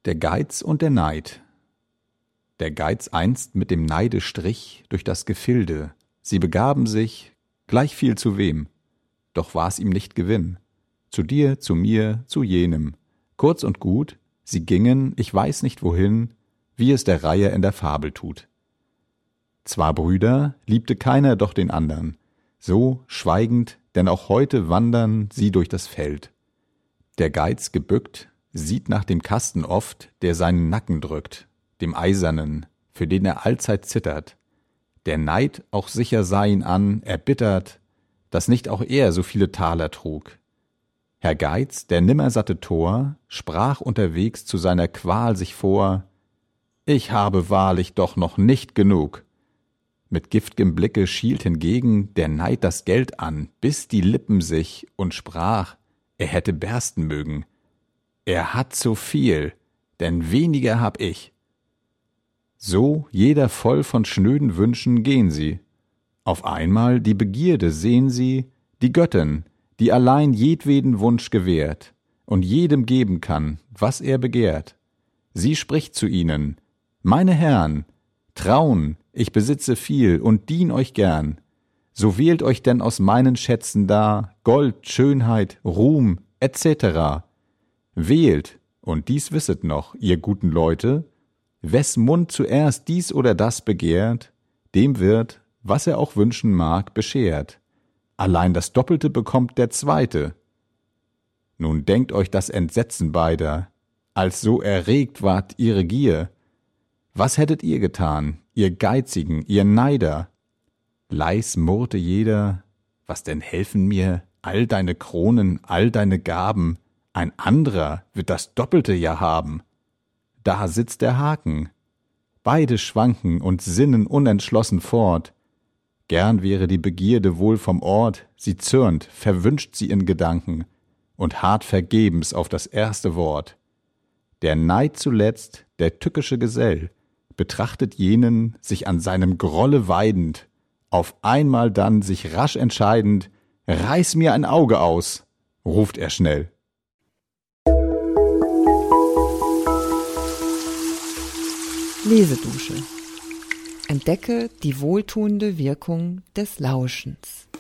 Der Geiz und der Neid. Der Geiz einst mit dem Neide strich durch das Gefilde, sie begaben sich, gleich viel zu wem, doch war's ihm nicht Gewinn, zu dir, zu mir, zu jenem, kurz und gut, sie gingen, ich weiß nicht wohin, wie es der Reiher in der Fabel tut. Zwar Brüder, liebte keiner doch den andern, so schweigend, denn auch heute wandern sie durch das Feld. Der Geiz gebückt, sieht nach dem Kasten oft, der seinen Nacken drückt, dem Eisernen, für den er allzeit zittert. Der Neid auch sicher sah ihn an, erbittert, dass nicht auch er so viele Taler trug. Herr Geiz, der nimmersatte Tor, sprach unterwegs zu seiner Qual sich vor: Ich habe wahrlich doch noch nicht genug. Mit gift'gem Blicke schielt hingegen der Neid das Geld an, biss die Lippen sich und sprach, er hätte bersten mögen. Er hat zu viel, denn weniger hab ich. So, jeder voll von schnöden Wünschen gehen sie. Auf einmal die Begierde sehen sie, die Göttin, die allein jedweden Wunsch gewährt und jedem geben kann, was er begehrt. Sie spricht zu ihnen: Meine Herren, trauen, ich besitze viel und dien euch gern. So wählt euch denn aus meinen Schätzen da Gold, Schönheit, Ruhm, etc. Wählt, und dies wisset noch, ihr guten Leute, wes Mund zuerst dies oder das begehrt, dem wird, was er auch wünschen mag, beschert. Allein das Doppelte bekommt der Zweite. Nun denkt euch das Entsetzen beider, als so erregt ward ihre Gier. Was hättet ihr getan, ihr Geizigen, ihr Neider? Leis murrte jeder: Was denn helfen mir all deine Kronen, all deine Gaben? Ein anderer wird das Doppelte ja haben. Da sitzt der Haken. Beide schwanken und sinnen unentschlossen fort. Gern wäre die Begierde wohl vom Ort, sie zürnt, verwünscht sie in Gedanken und hart vergebens auf das erste Wort. Der Neid zuletzt, der tückische Gesell, betrachtet jenen, sich an seinem Grolle weidend, auf einmal dann sich rasch entscheidend: Reiß mir ein Auge aus, ruft er schnell. Lesedusche. Entdecke die wohltuende Wirkung des Lauschens.